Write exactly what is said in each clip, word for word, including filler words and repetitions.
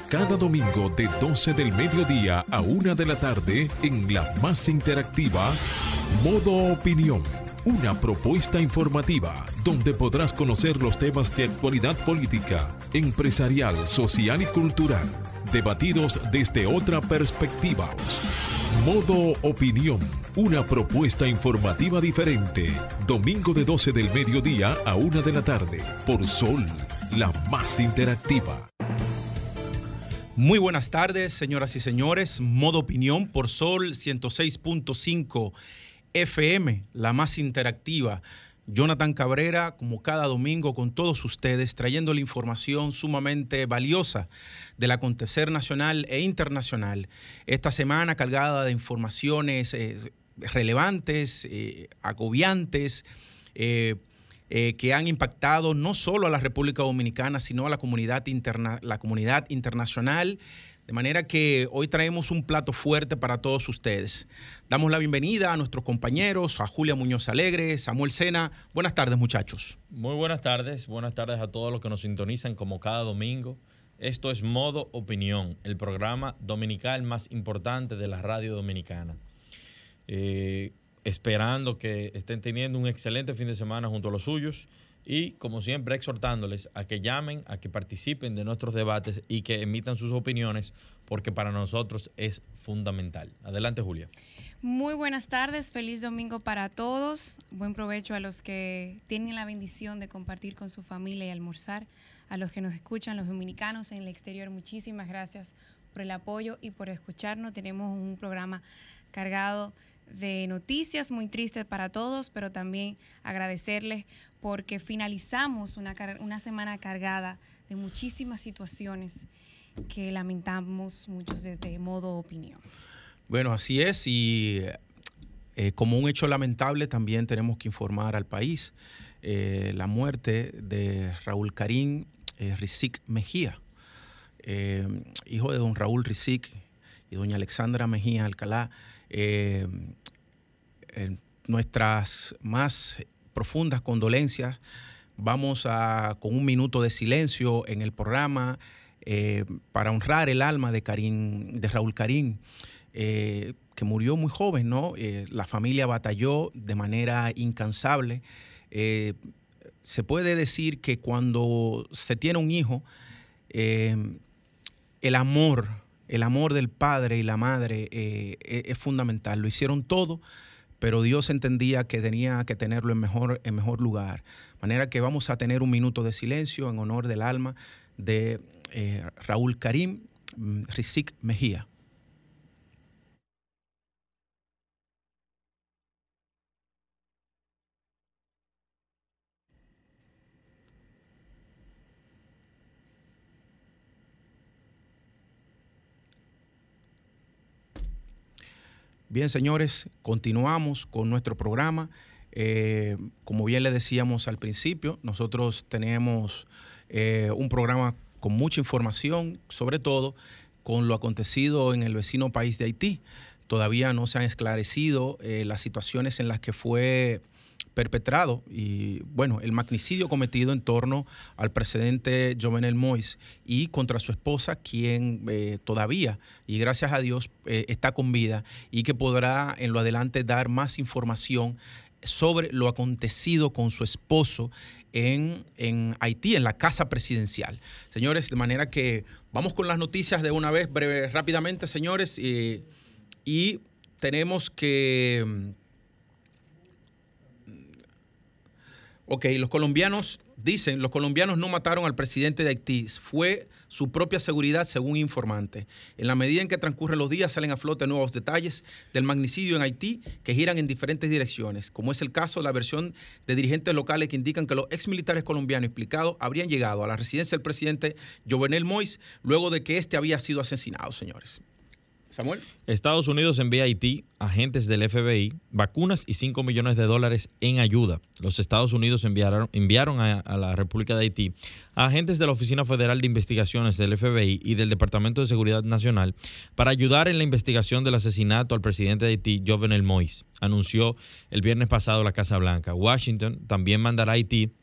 cada domingo de doce del mediodía a una de la tarde en la más interactiva Modo Opinión. Una propuesta informativa donde podrás conocer los temas de actualidad política, empresarial, social y cultural, debatidos desde otra perspectiva. Modo Opinión, una propuesta informativa diferente. Domingo de doce del mediodía a una de la tarde, por Sol, la más interactiva. Muy buenas tardes, señoras y señores. Modo Opinión por Sol ciento seis punto cinco F M, la más interactiva. Jonathan Cabrera, como cada domingo, con todos ustedes, trayendo la información sumamente valiosa del acontecer nacional e internacional. Esta semana cargada de informaciones eh, relevantes, eh, agobiantes, eh, eh, que han impactado no solo a la República Dominicana, sino a la comunidad, interna, la comunidad internacional. De manera que hoy traemos un plato fuerte para todos ustedes. Damos la bienvenida a nuestros compañeros, a Julia Muñoz Alegre, Samuel Sena. Buenas tardes, muchachos. Muy buenas tardes. Buenas tardes a todos los que nos sintonizan como cada domingo. Esto es Modo Opinión, el programa dominical más importante de la radio dominicana. Eh, esperando que estén teniendo un excelente fin de semana junto a los suyos. Y, como siempre, exhortándoles a que llamen, a que participen de nuestros debates y que emitan sus opiniones, porque para nosotros es fundamental. Adelante, Julia. Muy buenas tardes, feliz domingo para todos. Buen provecho a los que tienen la bendición de compartir con su familia y almorzar. A los que nos escuchan, los dominicanos en el exterior, muchísimas gracias por el apoyo y por escucharnos. Tenemos un programa cargado de noticias muy tristes para todos, pero también agradecerles porque finalizamos una, una semana cargada de muchísimas situaciones que lamentamos muchos desde Modo Opinión. Bueno, así es, y eh, como un hecho lamentable también tenemos que informar al país eh, la muerte de Raúl Karim eh, Rizik Mejía, eh, hijo de don Raúl Rizik y doña Alexandra Mejía Alcalá. Eh, eh, nuestras más profundas condolencias. Vamos a con un minuto de silencio en el programa eh, para honrar el alma de Karim, de Raúl Karim, eh, que murió muy joven, ¿no? Eh, la familia batalló de manera incansable. Eh, se puede decir que cuando se tiene un hijo, eh, el amor El amor del padre y la madre eh, es fundamental. Lo hicieron todo, pero Dios entendía que tenía que tenerlo en mejor, en mejor lugar. De manera que vamos a tener un minuto de silencio en honor del alma de eh, Raúl Karim Rizik Mejía. Bien, señores, continuamos con nuestro programa. Eh, como bien le decíamos al principio, nosotros tenemos eh, un programa con mucha información, sobre todo con lo acontecido en el vecino país de Haití. Todavía no se han esclarecido eh, las situaciones en las que fue perpetrado y, bueno, el magnicidio cometido en torno al presidente Jovenel Moïse y contra su esposa, quien eh, todavía, y gracias a Dios, eh, está con vida y que podrá en lo adelante dar más información sobre lo acontecido con su esposo en, en Haití, en la casa presidencial. Señores, de manera que vamos con las noticias de una vez, breve, rápidamente, señores, eh, y tenemos que... Ok, los colombianos dicen, los colombianos no mataron al presidente de Haití, fue su propia seguridad según informantes. En la medida en que transcurren los días salen a flote nuevos detalles del magnicidio en Haití que giran en diferentes direcciones, como es el caso de la versión de dirigentes locales que indican que los exmilitares colombianos implicados habrían llegado a la residencia del presidente Jovenel Moïse luego de que éste había sido asesinado, señores. Samuel. Estados Unidos envía a Haití agentes del F B I, vacunas y cinco millones de dólares en ayuda. Los Estados Unidos enviaron, enviaron a, a la República de Haití a agentes de la Oficina Federal de Investigaciones del F B I y del Departamento de Seguridad Nacional para ayudar en la investigación del asesinato al presidente de Haití, Jovenel Moïse, anunció el viernes pasado la Casa Blanca. Washington también mandará a Haití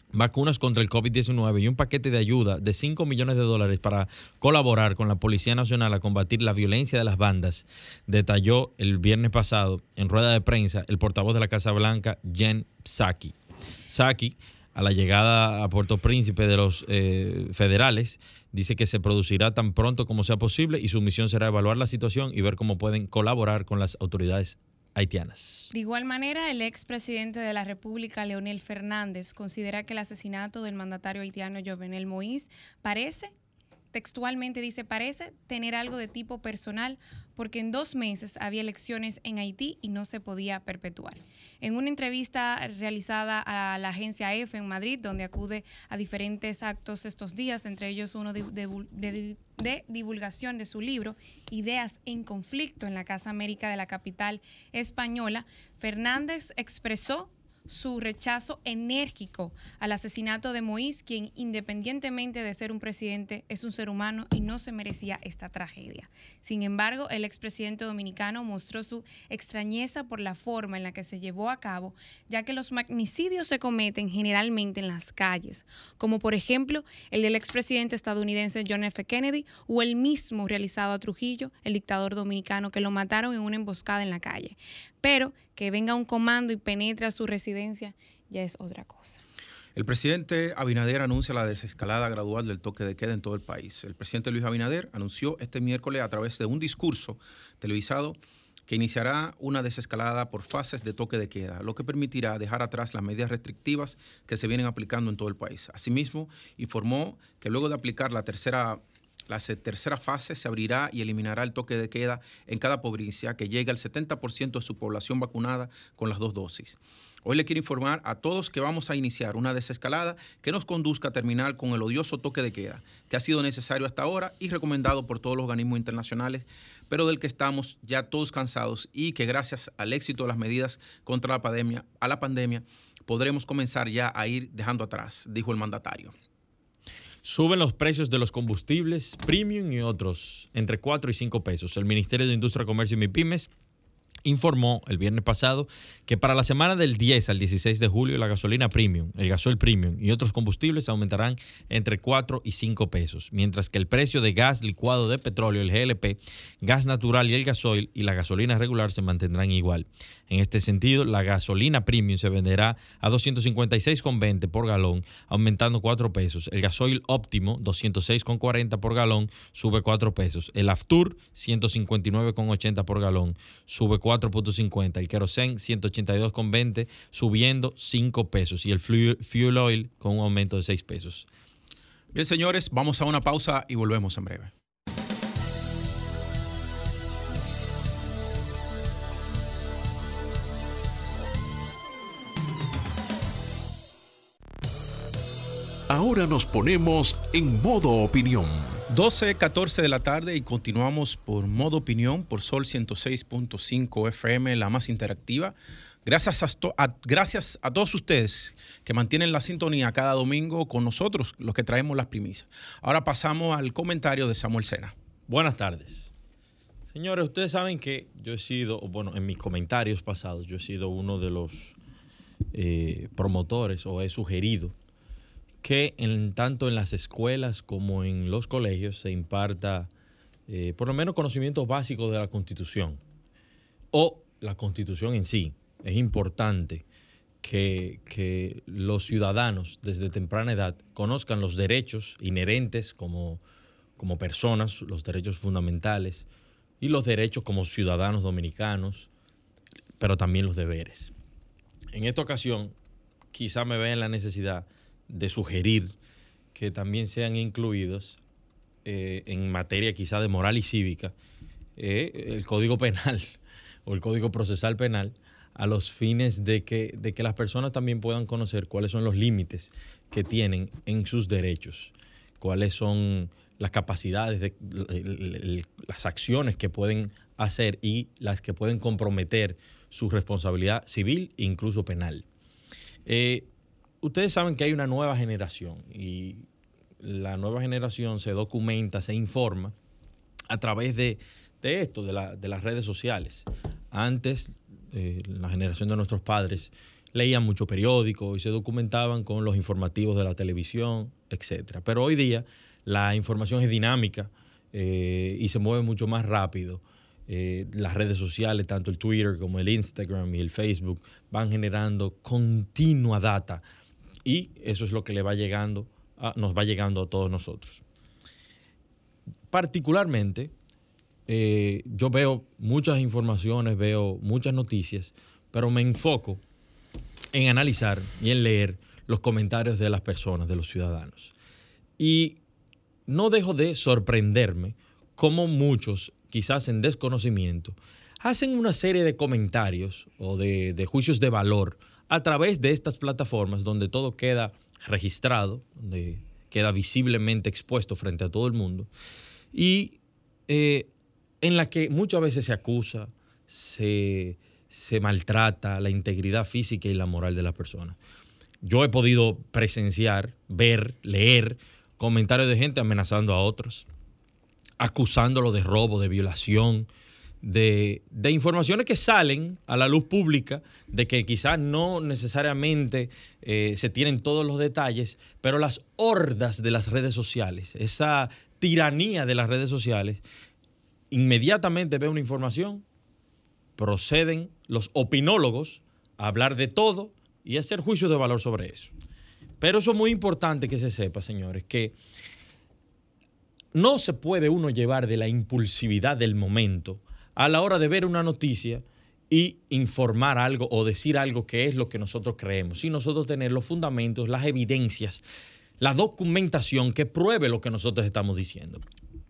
vacunas contra el COVID diecinueve y un paquete de ayuda de cinco millones de dólares para colaborar con la Policía Nacional a combatir la violencia de las bandas, detalló el viernes pasado en rueda de prensa el portavoz de la Casa Blanca, Jen Psaki. Psaki, a la llegada a Puerto Príncipe de los eh, federales, dice que se producirá tan pronto como sea posible y su misión será evaluar la situación y ver cómo pueden colaborar con las autoridades haitianas. De igual manera, el expresidente de la República, Leonel Fernández, considera que el asesinato del mandatario haitiano Jovenel Moïse parece, textualmente dice, parece tener algo de tipo personal porque en dos meses había elecciones en Haití y no se podía perpetuar. En una entrevista realizada a la agencia E F en Madrid, donde acude a diferentes actos estos días, entre ellos uno de, de, de, de divulgación de su libro, Ideas en Conflicto, en la Casa América de la capital española, Fernández expresó su rechazo enérgico al asesinato de Moïse, quien independientemente de ser un presidente es un ser humano y no se merecía esta tragedia. Sin embargo, el expresidente dominicano mostró su extrañeza por la forma en la que se llevó a cabo, ya que los magnicidios se cometen generalmente en las calles, como por ejemplo el del expresidente estadounidense John F. Kennedy o el mismo realizado a Trujillo, el dictador dominicano, que lo mataron en una emboscada en la calle. Pero que venga un comando y penetre a su residencia ya es otra cosa. El presidente Abinader anuncia la desescalada gradual del toque de queda en todo el país. El presidente Luis Abinader anunció este miércoles a través de un discurso televisado que iniciará una desescalada por fases de toque de queda, lo que permitirá dejar atrás las medidas restrictivas que se vienen aplicando en todo el país. Asimismo, informó que luego de aplicar la tercera La tercera fase se abrirá y eliminará el toque de queda en cada provincia que llegue al setenta por ciento de su población vacunada con las dos dosis. Hoy le quiero informar a todos que vamos a iniciar una desescalada que nos conduzca a terminar con el odioso toque de queda, que ha sido necesario hasta ahora y recomendado por todos los organismos internacionales, pero del que estamos ya todos cansados y que gracias al éxito de las medidas contra la pandemia, a la pandemia podremos comenzar ya a ir dejando atrás, dijo el mandatario. Suben los precios de los combustibles premium y otros entre cuatro y cinco pesos. El Ministerio de Industria, Comercio y MIPYMES informó el viernes pasado que para la semana del diez al dieciséis de julio la gasolina premium, el gasoil premium y otros combustibles aumentarán entre cuatro y cinco pesos, mientras que el precio de gas licuado de petróleo, el G L P, gas natural y el gasoil y la gasolina regular se mantendrán igual. En este sentido, la gasolina premium se venderá a doscientos cincuenta y seis con veinte por galón, aumentando cuatro pesos. El gasoil óptimo, doscientos seis con cuarenta por galón, sube cuatro pesos. El Aftur, ciento cincuenta y nueve con ochenta por galón, sube cuatro punto cincuenta. El kerosene, ciento ochenta y dos con veinte, subiendo cinco pesos. Y el fuel oil con un aumento de seis pesos. Bien, señores, vamos a una pausa y volvemos en breve. Ahora nos ponemos en modo opinión. doce, catorce de la tarde y continuamos por modo opinión por Sol ciento seis punto cinco F M, la más interactiva. Gracias a, a, gracias a todos ustedes que mantienen la sintonía cada domingo con nosotros, los que traemos las primicias. Ahora pasamos al comentario de Samuel Sena. Buenas tardes. Señores, ustedes saben que yo he sido, bueno, en mis comentarios pasados, yo he sido uno de los eh, promotores o he sugerido que en, tanto en las escuelas como en los colegios se imparta eh, por lo menos conocimientos básicos de la Constitución o la Constitución en sí. Es importante que, que los ciudadanos desde temprana edad conozcan los derechos inherentes como, como personas, los derechos fundamentales y los derechos como ciudadanos dominicanos, pero también los deberes. En esta ocasión, quizá me vea en la necesidad de sugerir que también sean incluidos eh, en materia quizá de moral y cívica eh, el Código Penal o el Código Procesal Penal a los fines de que, de que las personas también puedan conocer cuáles son los límites que tienen en sus derechos, cuáles son las capacidades, de, las acciones que pueden hacer y las que pueden comprometer su responsabilidad civil e incluso penal. Eh, Ustedes saben que hay una nueva generación y la nueva generación se documenta, se informa a través de, de esto, de, la, de las redes sociales. Antes, eh, la generación de nuestros padres leían mucho periódico y se documentaban con los informativos de la televisión, etcétera. Pero hoy día la información es dinámica eh, y se mueve mucho más rápido. Eh, las redes sociales, tanto el Twitter como el Instagram y el Facebook, van generando continua data y eso es lo que le va llegando a, nos va llegando a todos nosotros. Particularmente, eh, yo veo muchas informaciones, veo muchas noticias, pero me enfoco en analizar y en leer los comentarios de las personas, de los ciudadanos. Y no dejo de sorprenderme cómo muchos, quizás en desconocimiento, hacen una serie de comentarios o de, de juicios de valor a través de estas plataformas donde todo queda registrado, donde queda visiblemente expuesto frente a todo el mundo y eh, en la que muchas veces se acusa, se, se maltrata la integridad física y la moral de las personas. Yo he podido presenciar, ver, leer comentarios de gente amenazando a otros, acusándolo de robo, de violación, de, de informaciones que salen a la luz pública, de que quizás no necesariamente eh, se tienen todos los detalles, pero las hordas de las redes sociales, esa tiranía de las redes sociales, inmediatamente ve una información, proceden los opinólogos a hablar de todo y hacer juicios de valor sobre eso. Pero eso es muy importante que se sepa, señores, que no se puede uno llevar de la impulsividad del momento a la hora de ver una noticia y informar algo o decir algo que es lo que nosotros creemos, sin nosotros tener los fundamentos, las evidencias, la documentación que pruebe lo que nosotros estamos diciendo.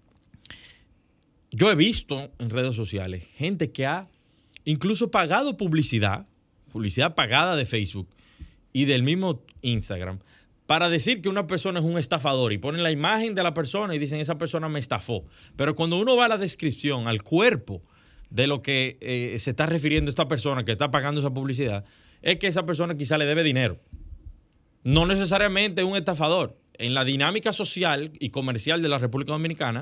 Yo he visto en redes sociales gente que ha incluso pagado publicidad, publicidad pagada de Facebook y del mismo Instagram, para decir que una persona es un estafador y ponen la imagen de la persona y dicen esa persona me estafó. Pero cuando uno va a la descripción, al cuerpo de lo que eh, se está refiriendo esta persona que está pagando esa publicidad, es que esa persona quizá le debe dinero. No necesariamente un estafador. En la dinámica social y comercial de la República Dominicana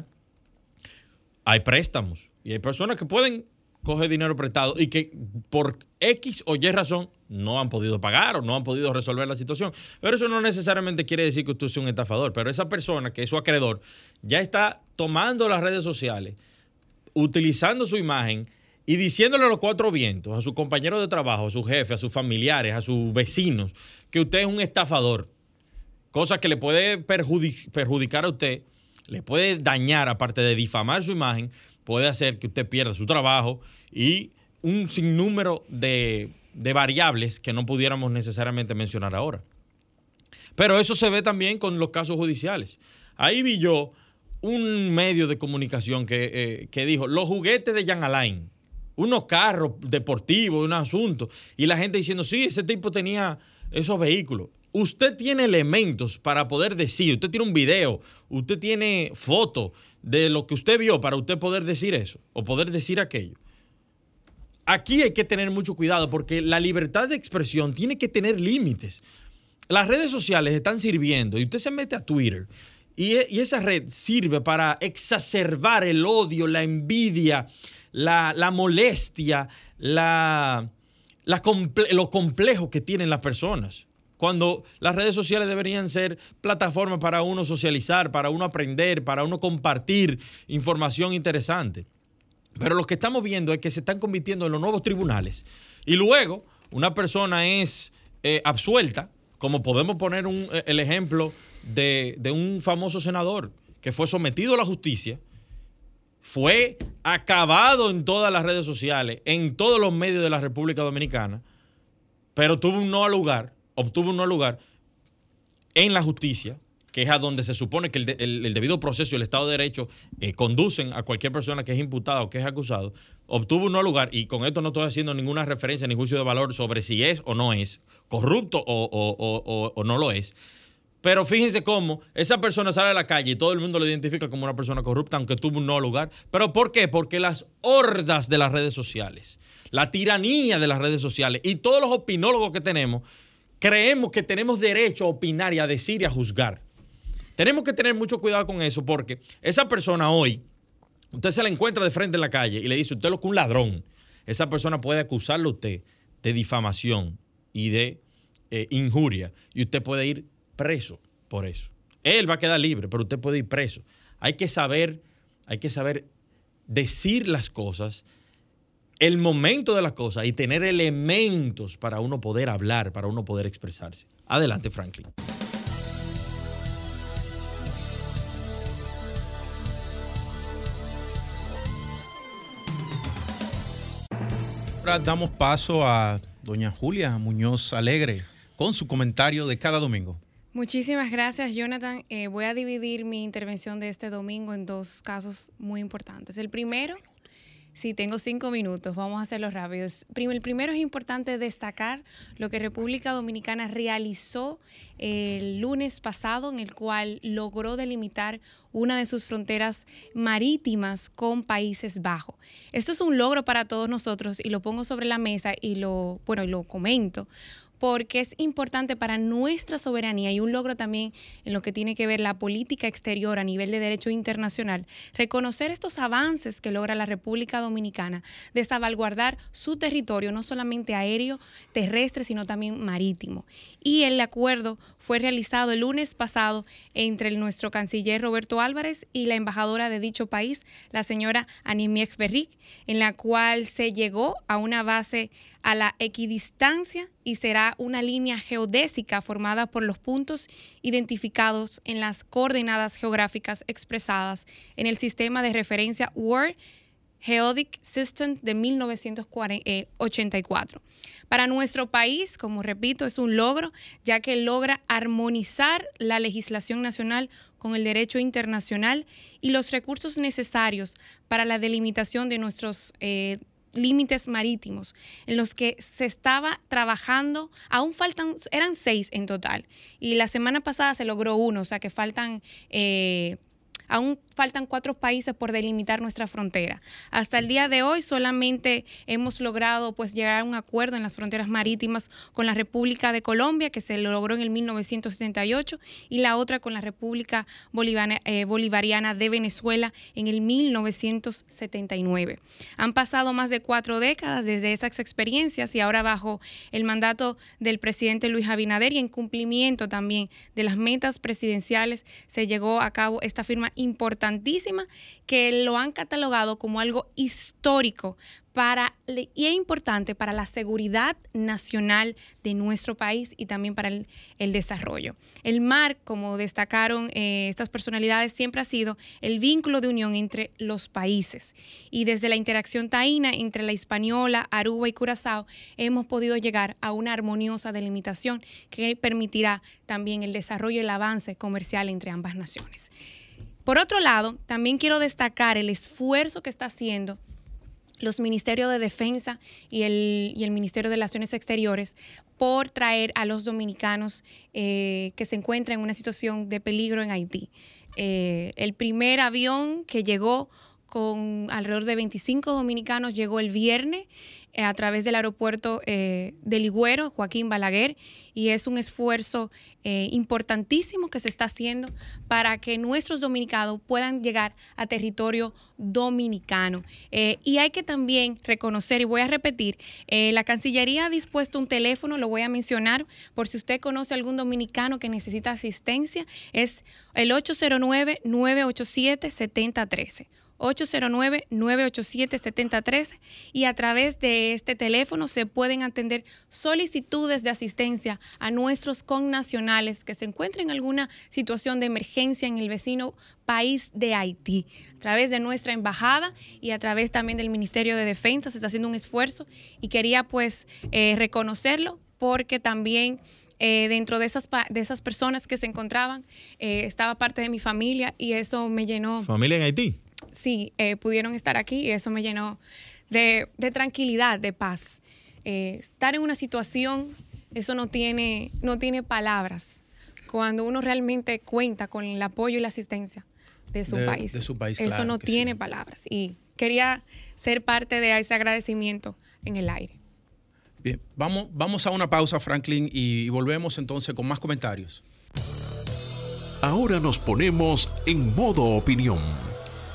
hay préstamos y hay personas que pueden coger dinero prestado y que por X o Y razón no han podido pagar o no han podido resolver la situación. Pero eso no necesariamente quiere decir que usted sea un estafador. Pero esa persona que es su acreedor ya está tomando las redes sociales, utilizando su imagen y diciéndole a los cuatro vientos, a sus compañeros de trabajo, a su jefe, a sus familiares, a sus vecinos, que usted es un estafador. Cosa que le puede perjudic- perjudicar a usted, le puede dañar, aparte de difamar su imagen, puede hacer que usted pierda su trabajo y un sinnúmero de, de variables que no pudiéramos necesariamente mencionar ahora. Pero eso se ve también con los casos judiciales. Ahí vi yo un medio de comunicación que, eh, que dijo, los juguetes de Jean Alain, unos carros deportivos, un asunto, y la gente diciendo, sí, ese tipo tenía esos vehículos. Usted tiene elementos para poder decir, usted tiene un video, usted tiene fotos de lo que usted vio para usted poder decir eso o poder decir aquello. Aquí hay que tener mucho cuidado porque la libertad de expresión tiene que tener límites. Las redes sociales están sirviendo y usted se mete a Twitter y, y esa red sirve para exacerbar el odio, la envidia, la, la molestia, la, la comple- lo complejo que tienen las personas. Cuando las redes sociales deberían ser plataformas para uno socializar, para uno aprender, para uno compartir información interesante. Pero lo que estamos viendo es que se están convirtiendo en los nuevos tribunales. Y luego una persona es eh, absuelta, como podemos poner un, el ejemplo de, de un famoso senador que fue sometido a la justicia, fue acabado en todas las redes sociales, en todos los medios de la República Dominicana, pero tuvo un no al lugar. obtuvo un no lugar en la justicia, que es a donde se supone que el, de, el, el debido proceso y el Estado de Derecho eh, conducen a cualquier persona que es imputada o que es acusado, obtuvo un no lugar, y con esto no estoy haciendo ninguna referencia ni juicio de valor sobre si es o no es corrupto o, o, o, o, o no lo es. Pero fíjense cómo esa persona sale a la calle y todo el mundo lo identifica como una persona corrupta, aunque tuvo un no lugar. ¿Pero por qué? Porque las hordas de las redes sociales, la tiranía de las redes sociales y todos los opinólogos que tenemos, creemos que tenemos derecho a opinar y a decir y a juzgar. Tenemos que tener mucho cuidado con eso porque esa persona hoy, usted se la encuentra de frente en la calle y le dice, usted es lo que un ladrón. Esa persona puede acusarlo a usted de difamación y de eh, injuria. Y usted puede ir preso por eso. Él va a quedar libre, pero usted puede ir preso. Hay que saber, hay que saber decir las cosas, el momento de las cosas y tener elementos para uno poder hablar, para uno poder expresarse. Adelante, Franklin. Ahora damos paso a doña Julia Muñoz Alegre con su comentario de cada domingo. Muchísimas gracias, Jonathan. Eh, voy a dividir mi intervención de este domingo en dos casos muy importantes. El primero, sí, tengo cinco minutos, vamos a hacerlo rápido. El primero es importante destacar lo que República Dominicana realizó el lunes pasado, en el cual logró delimitar una de sus fronteras marítimas con Países Bajos. Esto es un logro para todos nosotros y lo pongo sobre la mesa y lo, bueno, y lo comento, porque es importante para nuestra soberanía y un logro también en lo que tiene que ver la política exterior a nivel de derecho internacional, reconocer estos avances que logra la República Dominicana de salvaguardar su territorio, no solamente aéreo, terrestre, sino también marítimo. Y el acuerdo fue realizado el lunes pasado entre el, nuestro canciller Roberto Álvarez y la embajadora de dicho país, la señora Annemiek Verrick, en la cual se llegó a una base a la equidistancia y será una línea geodésica formada por los puntos identificados en las coordenadas geográficas expresadas en el sistema de referencia World Geodic System de mil novecientos ochenta y cuatro. Para nuestro país, como repito, es un logro, ya que logra armonizar la legislación nacional con el derecho internacional y los recursos necesarios para la delimitación de nuestros eh, límites marítimos, en los que se estaba trabajando, aún faltan, eran seis en total, y la semana pasada se logró uno, o sea que faltan... Eh, Aún faltan cuatro países por delimitar nuestra frontera. Hasta el día de hoy solamente hemos logrado pues llegar a un acuerdo en las fronteras marítimas con la República de Colombia, que se logró en el mil novecientos setenta y ocho, y la otra con la República Bolivariana, eh, Bolivariana de Venezuela en el mil novecientos setenta y nueve. Han pasado más de cuatro décadas desde esas experiencias y ahora bajo el mandato del presidente Luis Abinader y en cumplimiento también de las metas presidenciales se llegó a cabo esta firma importantísima que lo han catalogado como algo histórico para, y es importante para la seguridad nacional de nuestro país y también para el, el desarrollo. El mar, como destacaron eh, estas personalidades, siempre ha sido el vínculo de unión entre los países. Y desde la interacción taína entre la Hispaniola, Aruba y Curazao, hemos podido llegar a una armoniosa delimitación que permitirá también el desarrollo y el avance comercial entre ambas naciones. Por otro lado, también quiero destacar el esfuerzo que está haciendo los Ministerios de Defensa y el, y el Ministerio de Relaciones Exteriores por traer a los dominicanos eh, que se encuentran en una situación de peligro en Haití. Eh, el primer avión que llegó con alrededor de veinticinco dominicanos llegó el viernes eh, a través del aeropuerto eh, de Ligüero, Joaquín Balaguer, y es un esfuerzo eh, importantísimo que se está haciendo para que nuestros dominicanos puedan llegar a territorio dominicano. Eh, y hay que también reconocer, y voy a repetir, eh, la Cancillería ha dispuesto un teléfono, lo voy a mencionar, por si usted conoce a algún dominicano que necesita asistencia, es el ocho cero nueve, nueve ocho siete, siete cero uno tres. ocho cero nueve, nueve ocho siete, siete cero uno tres y a través de este teléfono se pueden atender solicitudes de asistencia a nuestros connacionales que se encuentren en alguna situación de emergencia en el vecino país de Haití. A través de nuestra embajada y a través también del Ministerio de Defensa se está haciendo un esfuerzo y quería pues eh, reconocerlo porque también Eh, dentro de esas, de esas personas que se encontraban eh, estaba parte de mi familia y eso me llenó. ¿Familia en Haití? Sí, eh, pudieron estar aquí y eso me llenó de, de tranquilidad, de paz. Eh, estar en una situación, eso no tiene, no tiene palabras. Cuando uno realmente cuenta con el apoyo y la asistencia de su de, país, de su país, eso claro no tiene sí. palabras. Y quería ser parte de ese agradecimiento en el aire. Bien, vamos, vamos a una pausa, Franklin, y, y volvemos entonces con más comentarios. Ahora nos ponemos en modo opinión.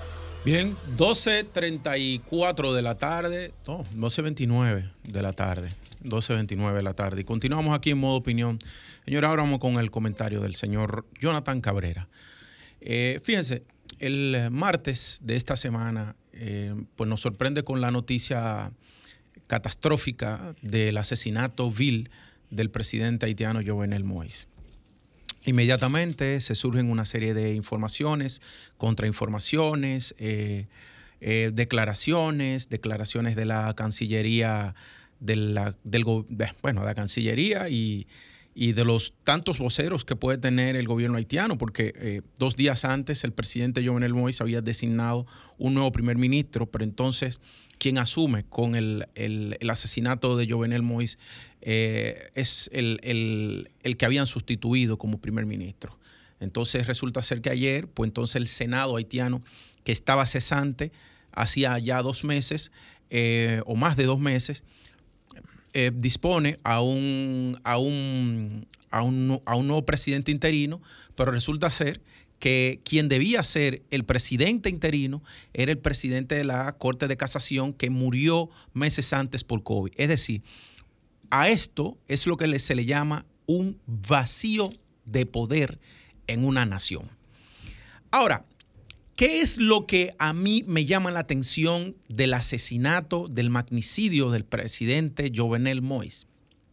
Bien, doce treinta y cuatro de la tarde, no, doce veintinueve de la tarde, doce veintinueve de la tarde. Y continuamos aquí en modo opinión. Señora, ahora vamos con el comentario del señor Jonathan Cabrera. Eh, fíjense, el martes de esta semana, eh, pues nos sorprende con la noticia catastrófica del asesinato vil del presidente haitiano Jovenel Moïse. Inmediatamente se surgen una serie de informaciones, contrainformaciones, eh, eh, declaraciones, declaraciones de la Cancillería, de la, del, bueno, de la Cancillería y, y de los tantos voceros que puede tener el gobierno haitiano, porque eh, dos días antes el presidente Jovenel Moïse había designado un nuevo primer ministro, pero entonces quien asume con el, el, el asesinato de Jovenel Moïse eh, es el, el, el que habían sustituido como primer ministro. Entonces resulta ser que ayer, pues entonces el Senado haitiano, que estaba cesante hacía ya dos meses eh, o más de dos meses, eh, dispone a un, a, un, a, un, a un nuevo presidente interino, pero resulta ser que quien debía ser el presidente interino era el presidente de la Corte de Casación que murió meses antes por COVID. Es decir, a esto es lo que se le llama un vacío de poder en una nación. Ahora, ¿qué es lo que a mí me llama la atención del asesinato, del magnicidio del presidente Jovenel Moïse?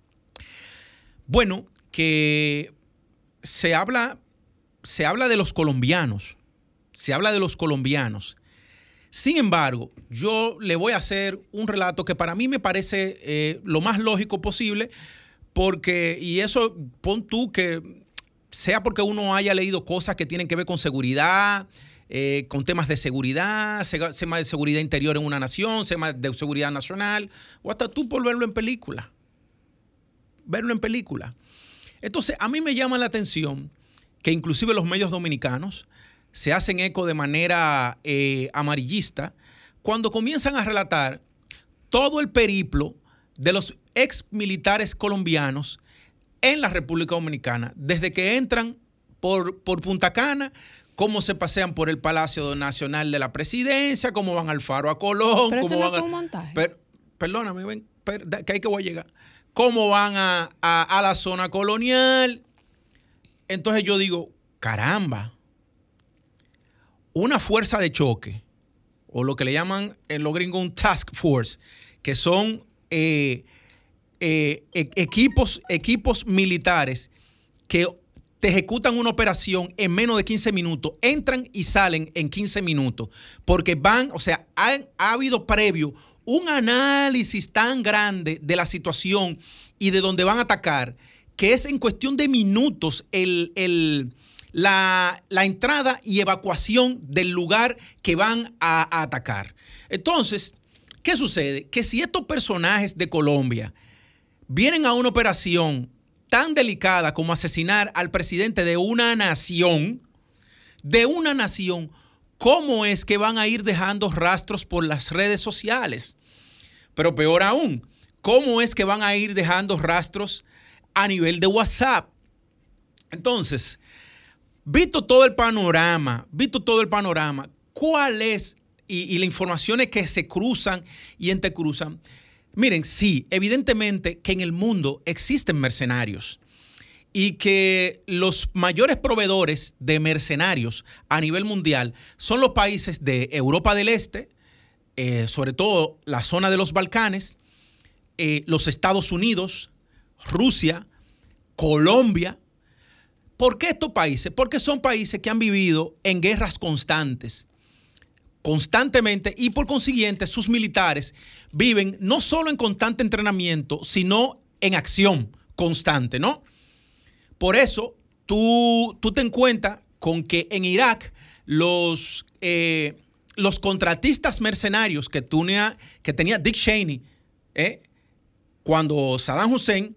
Bueno, que se habla... Se habla de los colombianos, se habla de los colombianos. Sin embargo, yo le voy a hacer un relato que para mí me parece eh, lo más lógico posible, porque, y eso pon tú que sea porque uno haya leído cosas que tienen que ver con seguridad, eh, con temas de seguridad, temas de seguridad interior en una nación, temas de seguridad nacional, o hasta tú por verlo en película. Verlo en película. Entonces, a mí me llama la atención que inclusive los medios dominicanos se hacen eco de manera eh, amarillista cuando comienzan a relatar todo el periplo de los ex militares colombianos en la República Dominicana, desde que entran por, por Punta Cana, cómo se pasean por el Palacio Nacional de la Presidencia, cómo van al Faro a Colón. Pero cómo eso no van fue a, un montaje. Per, perdóname, ven, per, que ahí que voy a llegar. Cómo van a, a, a la zona colonial. Entonces yo digo, caramba, una fuerza de choque, o lo que le llaman en los gringos un task force, que son eh, eh, e- equipos, equipos militares que te ejecutan una operación en menos de quince minutos, entran y salen en quince minutos, porque van, o sea, ha, ha habido previo un análisis tan grande de la situación y de dónde van a atacar, que es en cuestión de minutos el, el, la, la entrada y evacuación del lugar que van a, a atacar. Entonces, ¿qué sucede? Que si estos personajes de Colombia vienen a una operación tan delicada como asesinar al presidente de una nación, de una nación, ¿cómo es que van a ir dejando rastros por las redes sociales? Pero peor aún, ¿cómo es que van a ir dejando rastros a nivel de WhatsApp? Entonces, visto todo el panorama, visto todo el panorama, ¿cuál es? Y, y las informaciones que se cruzan y entrecruzan. Miren, sí, evidentemente que en el mundo existen mercenarios y que los mayores proveedores de mercenarios a nivel mundial son los países de Europa del Este, eh, sobre todo la zona de los Balcanes, eh, los Estados Unidos, Rusia, Colombia. ¿Por qué estos países? Porque son países que han vivido en guerras constantes, constantemente, y por consiguiente sus militares viven no solo en constante entrenamiento, sino en acción constante, ¿no? Por eso tú, tú te encuentras con que en Irak los, eh, los contratistas mercenarios que, tenía, que tenía Dick Cheney, eh, cuando Saddam Hussein,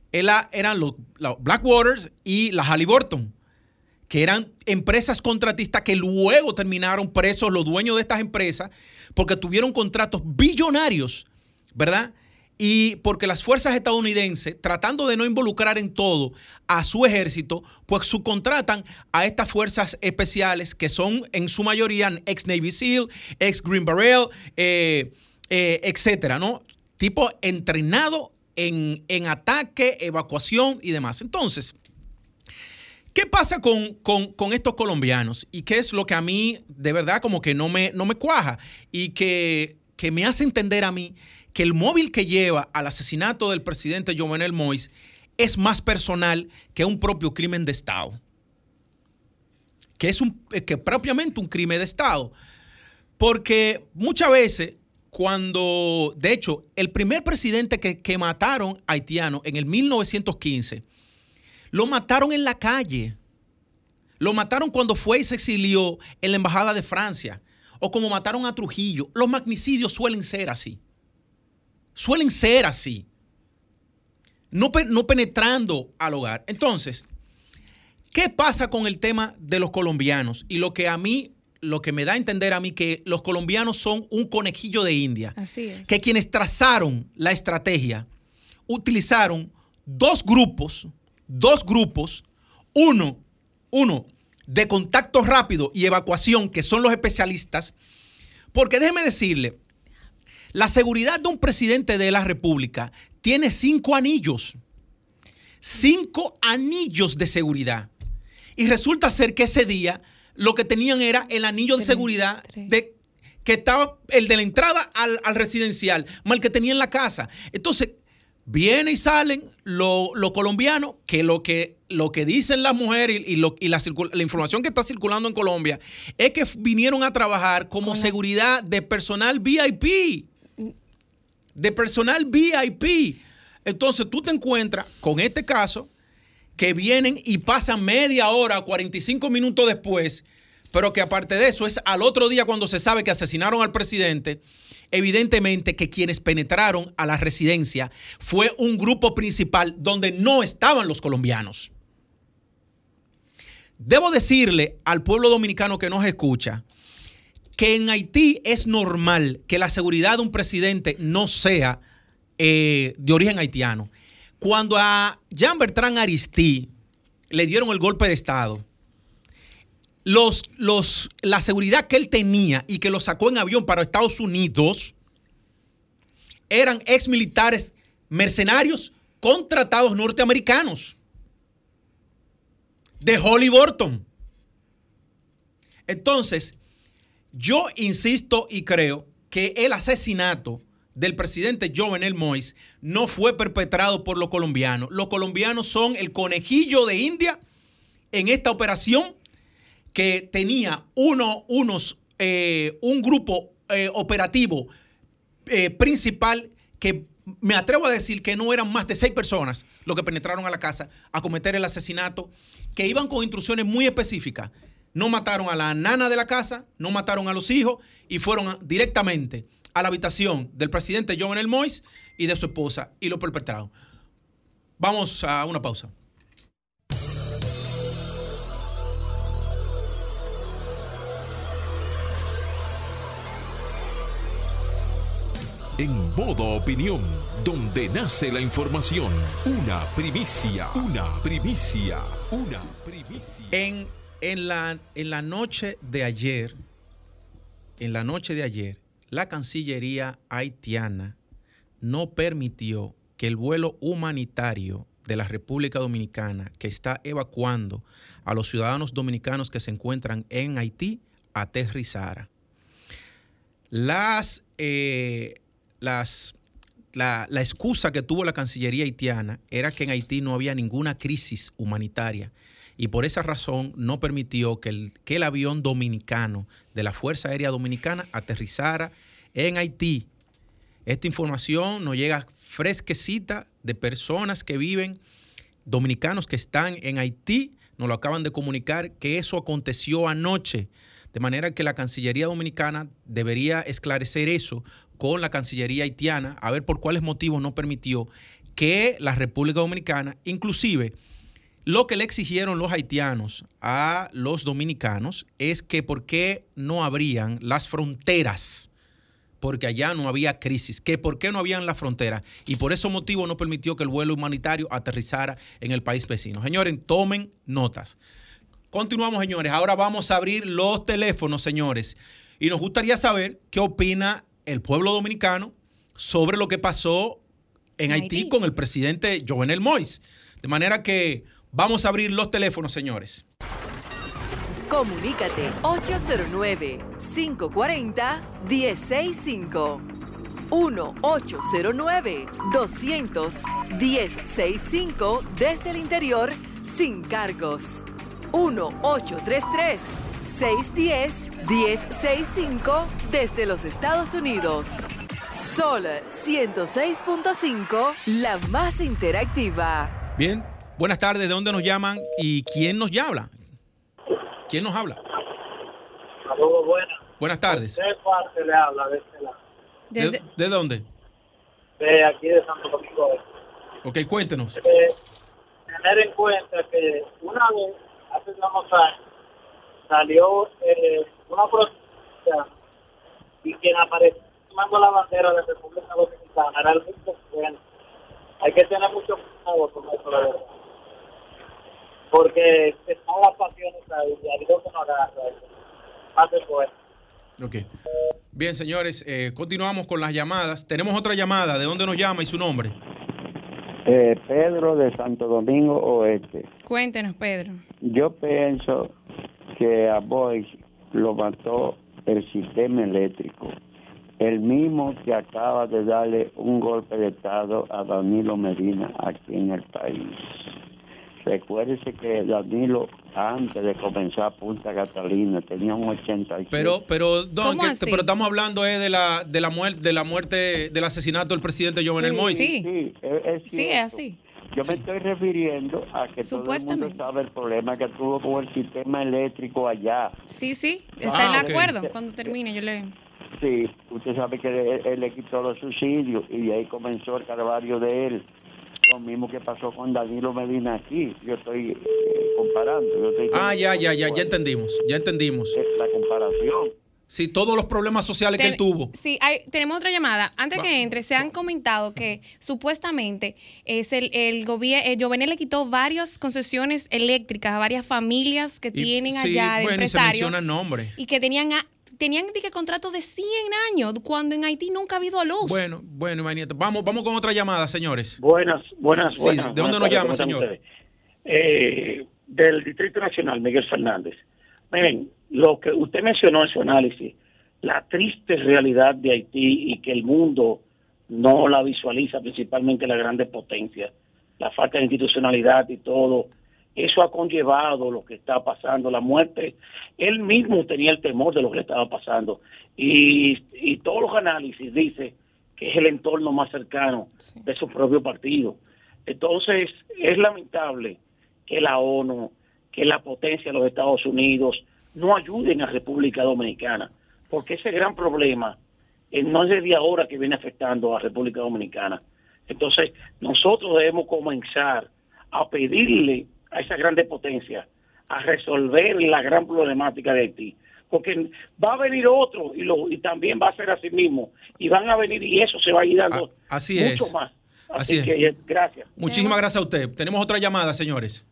eran los, los Blackwaters y la Halliburton, que eran empresas contratistas que luego terminaron presos los dueños de estas empresas porque tuvieron contratos billonarios, ¿verdad? y porque las fuerzas estadounidenses, tratando de no involucrar en todo a su ejército, pues subcontratan a estas fuerzas especiales que son en su mayoría ex Navy SEAL, ex Green Beret, eh, eh, etcétera, ¿no? Tipo entrenado en, en ataque, evacuación y demás. Entonces, ¿qué pasa con, con, con estos colombianos? Y qué es lo que a mí de verdad como que no me, no me cuaja y que, que me hace entender a mí que el móvil que lleva al asesinato del presidente Jovenel Moïse es más personal que un propio crimen de Estado. Que es un, que propiamente un crimen de Estado. Porque muchas veces, cuando, de hecho, el primer presidente que, que mataron haitiano en el mil novecientos quince, lo mataron en la calle. Lo mataron cuando fue y se exilió en la embajada de Francia. O como mataron a Trujillo. Los magnicidios suelen ser así. Suelen ser así. No, no penetrando al hogar. Entonces, ¿qué pasa con el tema de los colombianos? Y lo que a mí, lo que me da a entender a mí que los colombianos son un conejillo de India. Así es. Que quienes trazaron la estrategia utilizaron dos grupos, dos grupos, uno, uno de contacto rápido y evacuación, que son los especialistas, porque déjeme decirle, la seguridad de un presidente de la República tiene cinco anillos. Cinco anillos de seguridad. Y resulta ser que ese día lo que tenían era el anillo de seguridad de, que estaba el de la entrada al, al residencial, más el que tenía en la casa. Entonces, vienen y salen los lo colombianos, que lo que, lo que dicen las mujeres y, y, lo, y la, la información que está circulando en Colombia es que vinieron a trabajar como Hola. seguridad de personal V I P. De personal V I P. Entonces tú te encuentras con este caso que vienen y pasan media hora, cuarenta y cinco minutos después, pero que aparte de eso es al otro día cuando se sabe que asesinaron al presidente. Evidentemente que quienes penetraron a la residencia fue un grupo principal donde no estaban los colombianos. Debo decirle al pueblo dominicano que nos escucha que en Haití es normal que la seguridad de un presidente no sea eh, de origen haitiano. Cuando a Jean-Bertrand Aristide le dieron el golpe de Estado, los, los, la seguridad que él tenía y que lo sacó en avión para Estados Unidos eran ex militares mercenarios contratados norteamericanos de Holly Burton. Entonces, yo insisto y creo que el asesinato del presidente Jovenel Moïse no fue perpetrado por los colombianos. Los colombianos son el conejillo de India en esta operación que tenía uno, unos, eh, un grupo eh, operativo eh, principal que me atrevo a decir que no eran más de seis personas los que penetraron a la casa a cometer el asesinato, que iban con instrucciones muy específicas. No mataron a la nana de la casa, no mataron a los hijos y fueron directamente a la habitación del presidente Jovenel Moïse y de su esposa y lo perpetraron. Vamos a una pausa. En Modo Opinión, donde nace la información. Una primicia, una primicia, una primicia. En, en, la, en la noche de ayer, en la noche de ayer, la Cancillería haitiana no permitió que el vuelo humanitario de la República Dominicana, que está evacuando a los ciudadanos dominicanos que se encuentran en Haití, aterrizara. Las... Eh, Las, la, la excusa que tuvo la Cancillería haitiana era que en Haití no había ninguna crisis humanitaria y por esa razón no permitió que el, que el avión dominicano de la Fuerza Aérea Dominicana aterrizara en Haití. Esta información nos llega fresquecita de personas que viven, dominicanos que están en Haití, nos lo acaban de comunicar que eso aconteció anoche. De manera que la Cancillería Dominicana debería esclarecer eso con la Cancillería haitiana, a ver por cuáles motivos no permitió que la República Dominicana, inclusive lo que le exigieron los haitianos a los dominicanos es que por qué no abrían las fronteras porque allá no había crisis, que por qué no había en la frontera, y por ese motivo no permitió que el vuelo humanitario aterrizara en el país vecino. Señores, tomen notas. Continuamos, señores. Ahora vamos a abrir los teléfonos, señores, y nos gustaría saber qué opina el pueblo dominicano sobre lo que pasó en Haití, Haití con el presidente Jovenel Moïse. De manera que vamos a abrir los teléfonos, señores. Comunícate ocho cero nueve, cinco cuatro cero, uno cero seis cinco. uno ocho cero nueve, dos cero cero, uno cero seis cinco desde el interior sin cargos. uno ocho tres tres, seis uno cero, uno cero seis cinco desde los Estados Unidos. Sol ciento seis punto cinco, la más interactiva. Bien, buenas tardes. ¿De dónde nos llaman y quién nos habla? ¿Quién nos habla? Saludos, buenas. Buenas tardes. ¿De qué parte le habla? ¿De este lado? ¿De, ¿De dónde? De aquí de Santo Domingo. Ok, cuéntenos. Eh, tener en cuenta que una vez, hace unos años, salió eh, una protesta y quien apareció tomando la bandera de la República Dominicana era el mismo bueno. Hay que tener mucho cuidado con eso, la verdad. Porque están las pasiones ahí, y ahí lo que no agarra. Hace pues. Ok. Bien, señores, eh, continuamos con las llamadas. Tenemos otra llamada. ¿De dónde nos llama y su nombre? Eh, Pedro de Santo Domingo Oeste. Cuéntenos, Pedro. Yo pienso que a Boys lo mató el sistema eléctrico. El mismo que acaba de darle un golpe de estado a Danilo Medina aquí en el país. Recuérdese que Danilo, antes de comenzar Punta Catalina, tenía un ochenta y seis. Pero, pero, don, ¿Cómo que, así? pero estamos hablando eh, de la de la muerte, de la muerte, del asesinato del presidente Jovenel Sí, Moïse. Sí. Sí, es, es Sí, cierto. es así. Yo me estoy refiriendo a que todo el mundo Supuestamente. sabe el problema que tuvo con el sistema eléctrico allá. Sí, sí, está Ah, en ok. acuerdo. Cuando termine, yo le... Sí, usted sabe que él, él le quitó los subsidios y de ahí comenzó el calvario de él. Lo mismo que pasó con Danilo Medina aquí. Yo estoy eh, comparando. Yo estoy Ah, ya, ya, ya, ya entendimos, ya entendimos. Es la comparación. Sí, todos los problemas sociales que Ten- él tuvo. Sí, hay, tenemos otra llamada. Antes Va- que entre, se han comentado que supuestamente es el, el gobierno, Jovenel le quitó varias concesiones eléctricas a varias familias que Y- tienen sí, allá de bueno, y se empresarios mencionan nombres. y que tenían a- tenían de que contratos de cien años cuando en Haití nunca ha habido luz. Bueno, bueno, imagínate. Vamos, vamos con otra llamada, señores. Buenas, buenas, Sí, buenas. ¿de dónde buenas nos tardes, llama, ¿cómo están señor? ustedes? Eh, del Distrito Nacional, Miguel Fernández. Miren, lo que usted mencionó en su análisis, la triste realidad de Haití y que el mundo no la visualiza, principalmente las grandes potencias, la falta de institucionalidad y todo, eso ha conllevado lo que está pasando, la muerte. Él mismo tenía el temor de lo que le estaba pasando y, y todos los análisis dicen que es el entorno más cercano Sí. de su propio partido. Entonces, es lamentable que la ONU, que la potencia de los Estados Unidos no ayuden a República Dominicana, porque ese gran problema eh, no es desde ahora que viene afectando a República Dominicana. Entonces, nosotros debemos comenzar a pedirle a esa grande potencia a resolver la gran problemática de Haití, porque va a venir otro y, lo, y también va a ser así mismo, y van a venir y eso se va a ir dando Ah, así mucho es. más. Así Así, es. que gracias. Muchísimas gracias a usted. Tenemos otra llamada, señores.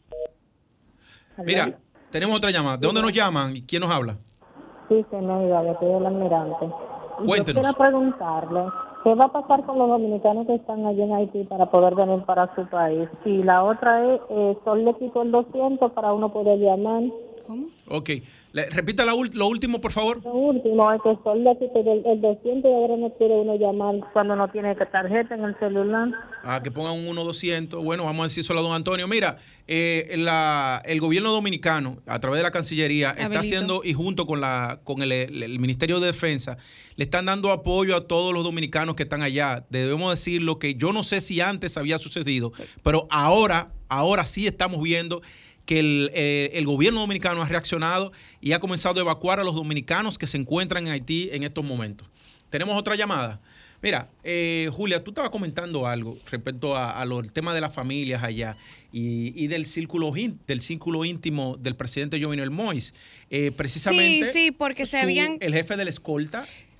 Mira, tenemos otra llamada. ¿De dónde nos llaman y quién nos habla? Sí, señora, de aquí del Almirante. Y Cuéntenos. Yo quiero preguntarle, ¿qué va a pasar con los dominicanos que están allí en Haití para poder venir para su país? Y la otra es, eh, Sol le quitó el doscientos para uno poder llamar. ¿Cómo? Ok. Le- repita la ul- lo último, por favor. Lo último es que Sol le quitó el, el doscientos y ahora no quiere uno llamar cuando no tiene tarjeta en el celular. Ah, que pongan un uno doscientos. Bueno, vamos a decir eso a don Antonio. Mira, eh, la, el gobierno dominicano, a través de la Cancillería, está Abelito. haciendo, y junto con la con el, el- el Ministerio de Defensa, le están dando apoyo a todos los dominicanos que están allá. Debemos decir lo que yo no sé si antes había sucedido, pero ahora, ahora sí estamos viendo que el, eh, el gobierno dominicano ha reaccionado y ha comenzado a evacuar a los dominicanos que se encuentran en Haití en estos momentos. Tenemos otra llamada. Mira, eh, Julia, tú estabas comentando algo respecto a, a lo, el tema de las familias allá y, y del círculo ín- del círculo íntimo del presidente Jovenel Moïse. Eh, precisamente, Sí, sí, porque se su- habían- el jefe de la escolta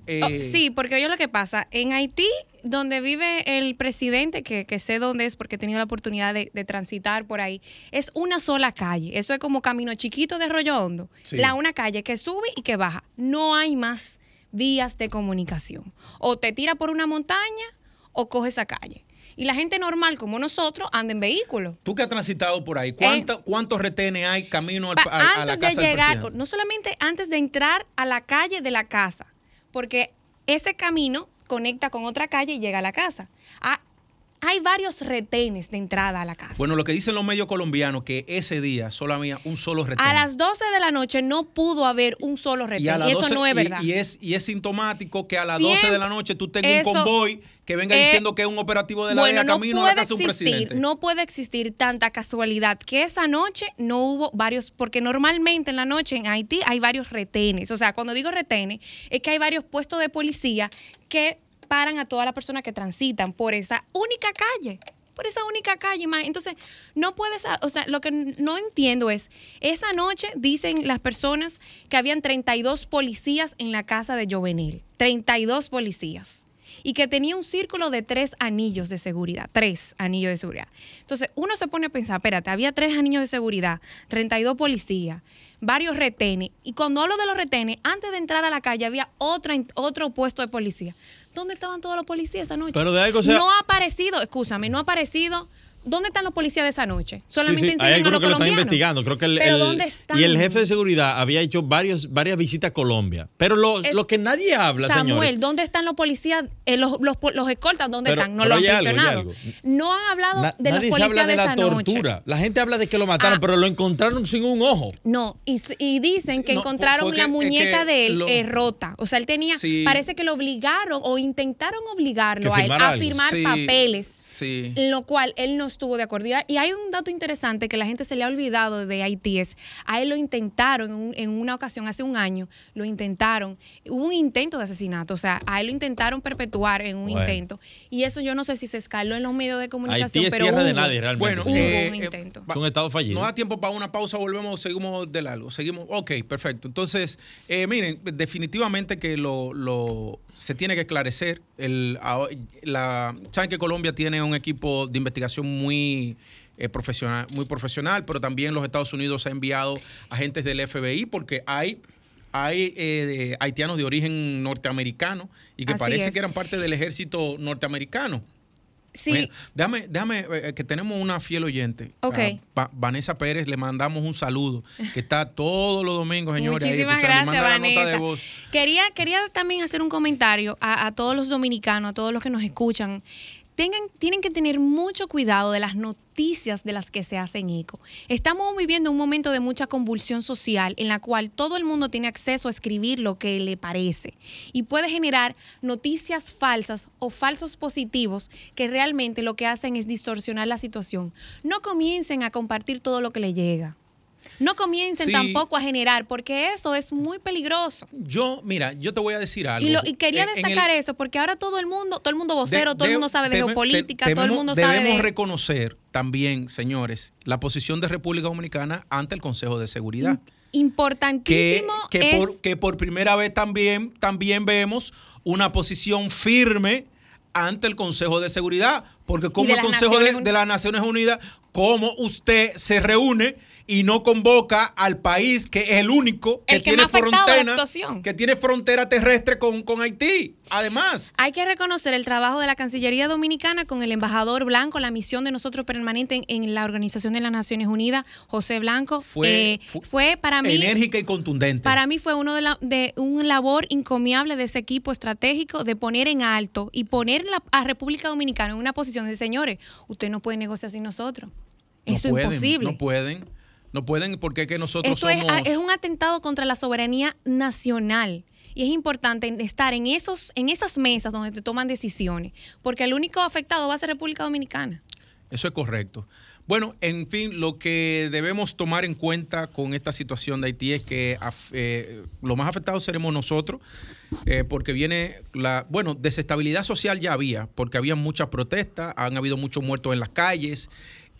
Eh, Oh, sí, porque oye lo que pasa. En Haití, donde vive el presidente, que, que sé dónde es porque he tenido la oportunidad de, de transitar por ahí, es una sola calle. Eso es como Camino Chiquito de Arroyo Hondo. Sí. La una calle que sube y que baja. No hay más vías de comunicación. O te tira por una montaña o coge esa calle. Y la gente normal como nosotros anda en vehículos. Tú que has transitado por ahí, ¿cuánta, Eh, ¿cuántos retenes hay camino al, Pa- a, a la antes casa de del llegar, presidente? no solamente antes de entrar a la calle de la casa, porque ese camino conecta con otra calle y llega a la casa. Ah, hay varios retenes de entrada a la casa. Bueno, lo que dicen los medios colombianos, que ese día solo había un solo retén. A las doce de la noche no pudo haber un solo retén. Y, Y, a las eso doce no es y- verdad. Y, es, y es sintomático que a las Siempre- doce de la noche tú tengas eso- un convoy que venga eh, diciendo que es un operativo de la bueno, D E A no camino a la puede casa de un existir, presidente. no puede existir tanta casualidad que esa noche no hubo varios, porque normalmente en la noche en Haití hay varios retenes. O sea, cuando digo retenes, es que hay varios puestos de policía que paran a todas las personas que transitan por esa única calle. Por esa única calle, ma. Entonces, no puedes, o sea, lo que no entiendo es, esa noche dicen las personas que habían treinta y dos policías en la casa de Jovenel, treinta y dos policías, y que tenía un círculo de tres anillos de seguridad, tres anillos de seguridad. Entonces, uno se pone a pensar, espérate, había tres anillos de seguridad, treinta y dos policías, varios retenes, y cuando hablo de los retenes, antes de entrar a la calle había otra, otro puesto de policía. ¿Dónde estaban todos los policías esa noche? Pero de algo sea- No ha aparecido, escúchame, no ha aparecido. ¿Dónde están los policías de esa noche? Solamente Sí, sí, enseñan hay a algunos los que lo están colombianos. investigando. Creo que el, ¿Pero el- dónde están? Y el jefe de seguridad había hecho varios, varias visitas a Colombia. Pero lo, Es- lo que nadie habla, Samuel, señores. ¿dónde están los policías? Eh, los, los, los escoltas, ¿dónde Pero- están? No pero lo han hay algo, hay mencionado. algo. No han hablado Na- de los nadie se policías habla de, de la esa tortura. noche. La gente habla de que lo mataron, Ah. pero lo encontraron sin un ojo. No, y, s- y dicen que No, encontraron fue que- la es muñeca que de él lo- eh, rota. O sea, él tenía, Sí. parece que lo obligaron o intentaron obligarlo Que a él firmara a algo. firmar Sí, papeles. Sí. En lo cual él no estuvo de acuerdo. Y hay- Y hay un dato interesante que la gente se le ha olvidado de Haití. Es, a él lo intentaron en, un- en una ocasión, hace un año, lo intentaron. Hubo un intento de asesinato. O sea, a él lo intentaron perpetuar en un Bueno. intento. Y eso yo no sé si se escaló en los medios de comunicación, Haití es pero tierra hubo, de nadie realmente. Bueno, hubo señores. eh, un eh, intento. Es un estado fallido. No da tiempo para una pausa, volvemos, seguimos de largo. Seguimos, ok, perfecto. Entonces, eh, miren, definitivamente que lo, lo se tiene que esclarecer. El, a- la, Saben que Colombia tiene un equipo de investigación muy eh, profesional, muy profesional, pero también los Estados Unidos ha enviado agentes del F B I porque hay hay eh, haitianos de origen norteamericano y que Así parece es. que eran parte del ejército norteamericano. Sí, Mira, déjame, déjame eh, que tenemos una fiel oyente. Ok. A Va- Vanessa Pérez, le mandamos un saludo, que está todos los domingos, señores. ahí muchísimas escuchando, y gracias, manda la nota de Vanessa. voz. Quería, quería también hacer un comentario a, a todos los dominicanos, a todos los que nos escuchan. Tengan, tienen que tener mucho cuidado de las noticias de las que se hacen eco. Estamos viviendo un momento de mucha convulsión social en la cual todo el mundo tiene acceso a escribir lo que le parece y puede generar noticias falsas o falsos positivos que realmente lo que hacen es distorsionar la situación. No comiencen a compartir todo lo que les llega. No comiencen Sí. tampoco a generar, porque eso es muy peligroso. Yo, mira, yo te voy a decir algo. Y, lo, y quería En- en destacar el- eso, porque ahora todo el mundo, todo el mundo vocero, de- todo el de- mundo sabe de debe- geopolítica, de- todo el debemos- mundo sabe Debemos de... reconocer también, señores, la posición de República Dominicana ante el Consejo de Seguridad. que, Importantísimo que, es... por, que por primera vez también, también vemos una posición firme ante el Consejo de Seguridad, porque como de el las Consejo de, Naciones Unidas. de las Naciones Unidas, como usted se reúne y no convoca al país que es el único que El que tiene más afectado de la frontera, situación. que tiene frontera terrestre con, con Haití. Además, Hay que reconocer el trabajo de la Cancillería Dominicana con el embajador Blanco, la misión de nosotros permanente en, en la Organización de las Naciones Unidas, José Blanco. fue, eh, fu- fue para mí... enérgica y contundente. Para mí fue uno de, la, de un labor encomiable de ese equipo estratégico de poner en alto y poner la, a República Dominicana en una posición de, señores, usted no puede negociar sin nosotros. No Eso es pueden, imposible. No pueden, no pueden porque es que nosotros Esto somos... es, es un atentado contra la soberanía nacional. Y es importante estar en esos en esas mesas donde se toman decisiones, porque el único afectado va a ser República Dominicana. Eso es correcto. Bueno, en fin, lo que debemos tomar en cuenta con esta situación de Haití es que af- eh, lo más afectados seremos nosotros, eh, porque viene la, bueno, desestabilidad social ya había, porque había muchas protestas, han habido muchos muertos en las calles.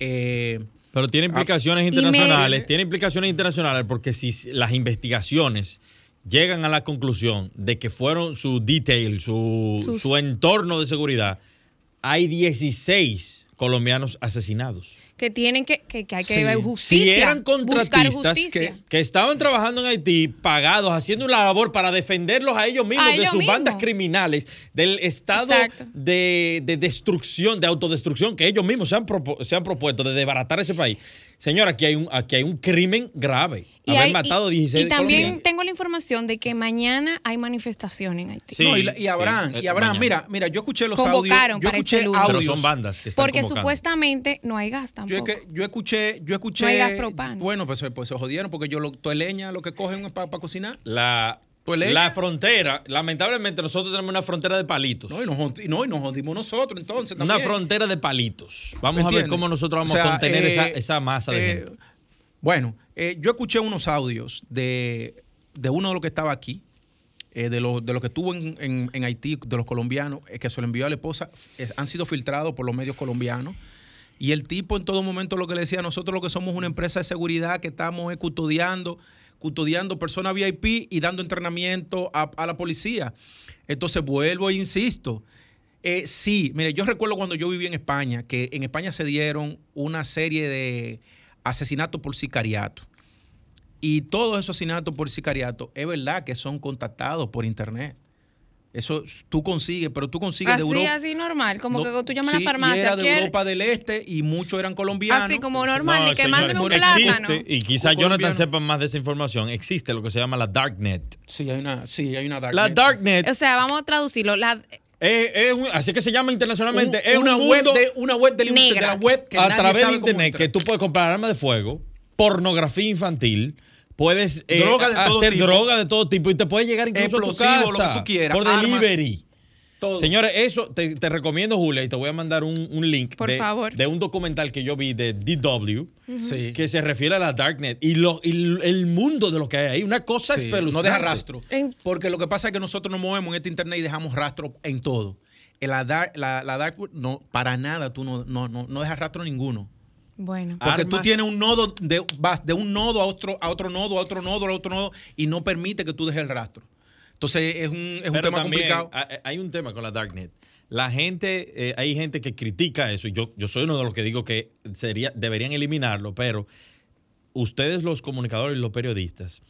eh, Pero tiene implicaciones y internacionales, me- tiene implicaciones internacionales porque si las investigaciones llegan a la conclusión de que fueron su detail, su, Sus- su entorno de seguridad, hay dieciséis colombianos asesinados. Que tienen que, que, que hay que Sí. ver justicia. Si eran buscar contratistas justicia. que, que estaban trabajando en Haití, pagados, haciendo una labor para defenderlos a ellos mismos A de ellos sus mismos. bandas criminales, del estado Exacto. de, de destrucción, de autodestrucción que ellos mismos se han, propu- se han propuesto de desbaratar ese país. Señora, aquí hay un, aquí hay un crimen grave. Y, Haber hay- matado y- dieciséis y también colombianos. tengo la información de que mañana hay manifestación en Haití. Sí, No, y, la- y Abraham, sí, y Abraham, mañana. mira, mira, yo escuché los Convocaron audios, yo para escuché este lunes. Pero audios. son bandas que están Porque convocando. supuestamente no hay gas Yo, tampoco. es que- yo escuché, yo escuché. No hay gas propano. Bueno, pues, pues se jodieron porque yo lo, toda leña lo que cogen es para cocinar. La, ¿Tú leña? la frontera, lamentablemente nosotros tenemos una frontera de palitos. No, y nos, jod- y no, y nos jodimos nosotros entonces también. Una frontera de palitos. Vamos ¿Me a ver entiendes? cómo nosotros vamos O sea, a contener eh, esa, esa masa de eh, gente. Bueno, eh, yo escuché unos audios de, de uno de los que estaba aquí, eh, de los de lo que estuvo en, en- en Haití, de los colombianos, eh, que se lo envió a la esposa, eh, han sido filtrados por los medios colombianos. Y el tipo en todo momento lo que le decía, nosotros lo que somos una empresa de seguridad que estamos eh, custodiando, custodiando personas V I P y dando entrenamiento a, a la policía. Entonces vuelvo e insisto. Eh, sí, mire, yo recuerdo cuando yo viví en España, que en España se dieron una serie de asesinatos por sicariato. Y todos esos asesinatos por sicariato, es verdad que son contactados por internet. Eso tú consigues, pero tú consigues así, de Europa. así normal, como No, que tú llamas sí, a la farmacia. y era de ¿quiere? Europa del Este y muchos eran colombianos. Así como normal, No, y que señores, manden un existe, plátano. y quizás Un Jonathan colombiano. sepa más de esa información, existe lo que se llama la Darknet. Sí, hay una, sí, hay una dark La net. Darknet, O sea, vamos a traducirlo. La, es, es un- así que se llama internacionalmente, Un- es una un web mundo de una web del- de, negra. la web que a nadie través sabe de cómo internet entrar. que tú puedes comprar armas de fuego, pornografía infantil, puedes eh, Droga de todo hacer tipo. droga de todo tipo y te puede llegar incluso a tu Explosivo, casa lo que tú quieras, por armas. delivery. Todo. Señores, eso te, te recomiendo, Julia, y te voy a mandar un, un link Por de, favor. de un documental que yo vi de D W Sí. que se refiere a la Darknet y, lo, y el mundo de lo que hay ahí. Una cosa Sí, espeluznante. no deja rastro. En- Porque lo que pasa es que nosotros nos movemos en este internet y dejamos rastro en todo. En la dark, la, la dark web, no, para nada tú no, no, no, no dejas rastro ninguno. bueno. Porque tú Armas. tienes un nodo, de, vas de un nodo a otro, a otro nodo, a otro nodo, a otro nodo, y no permite que tú dejes el rastro. Entonces es un, es un Pero tema también complicado. ha- hay un tema con la Darknet. La gente, eh, hay gente que critica eso, y yo, yo soy uno de los que digo que sería, deberían eliminarlo, pero ustedes los comunicadores y los periodistas,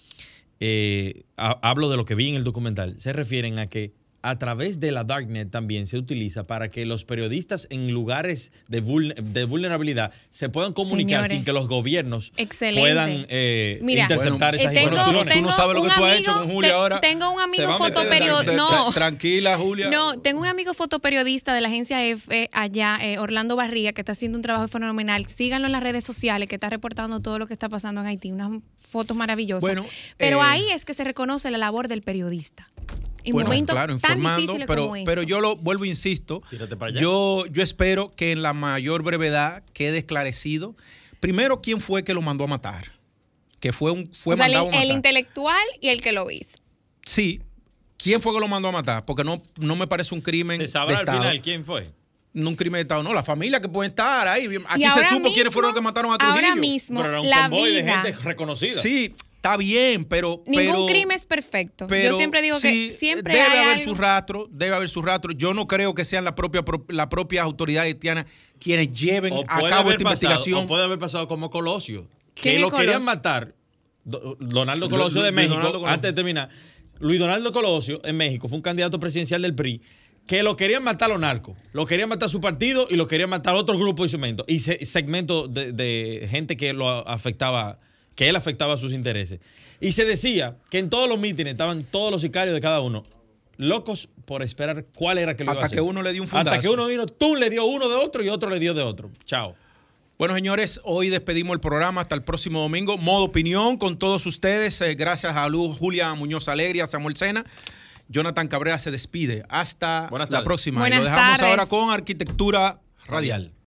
eh, ha- hablo de lo que vi en el documental, se refieren a que a través de la Darknet también se utiliza para que los periodistas en lugares de, vulne- de vulnerabilidad se puedan comunicar Señores, sin que los gobiernos excelente. puedan eh, Mira, interceptar eh, esas tengo- informaciones. Tú no tengo sabes lo que un tú has amigo- hecho con Julia te- ahora. tengo un amigo Se va a meter en fotoperiod- la- no. Tranquila, Julia. No, tengo un amigo fotoperiodista de la agencia F allá, eh, Orlando Barriga, que está haciendo un trabajo fenomenal. Síganlo en las redes sociales, que está reportando todo lo que está pasando en Haití. Unas fotos maravillosas. Bueno, pero eh, ahí es que se reconoce la labor del periodista. En Bueno, momentos claro, tan informando, difíciles pero, como pero estos. yo lo vuelvo, e insisto, Tírate para allá. yo, yo espero que en la mayor brevedad quede esclarecido, primero, quién fue que lo mandó a matar, que fue un fue O sea, el, mandado a matar. el intelectual y el que lo hizo. Sí, quién fue que lo mandó a matar, porque no, no me parece un crimen ¿Se de sabrá al Estado. final quién fue? No un crimen de Estado, no, la familia que puede estar ahí. Aquí Y se ahora supo quiénes mismo- fueron los que mataron a Trujillo. Ahora mismo, Pero era un la convoy de vida... gente reconocida. Sí, está bien, pero... Ningún pero- crimen es perfecto. Pero Yo siempre digo sí, que siempre debe hay haber algo- su rastro, debe haber su rastro. Yo no creo que sean la propia la propia autoridad haitiana quienes lleven O a puede, cabo haber esta pasado, investigación. o puede haber pasado como Colosio, ¿Quién que es lo querían Colosio? matar. Do- Donaldo Lu- Colosio de Luis México, Donaldo Colosio. antes de terminar. Luis Donaldo Colosio en México fue un candidato presidencial del P R I que lo querían matar a los narcos, lo querían matar su partido y lo querían matar otro grupo de segmentos y se- segmentos de, de gente que lo afectaba, que él afectaba sus intereses. Y se decía que en todos los mítines estaban todos los sicarios de cada uno locos por esperar cuál era que lo iba a Hasta hacer. que uno le dio un Hasta fundazo. que uno vino, tú le dio uno de otro y otro le dio de otro. Chao. Bueno, señores, hoy despedimos el programa hasta el próximo domingo. Modo opinión con todos ustedes. Eh, gracias a Luz, Julia Muñoz Alegre, a Samuel Sena. Jonathan Cabrera se despide. Hasta Buenas la tardes. próxima. Buenas y lo dejamos tardes. ahora con Arquitectura Radial.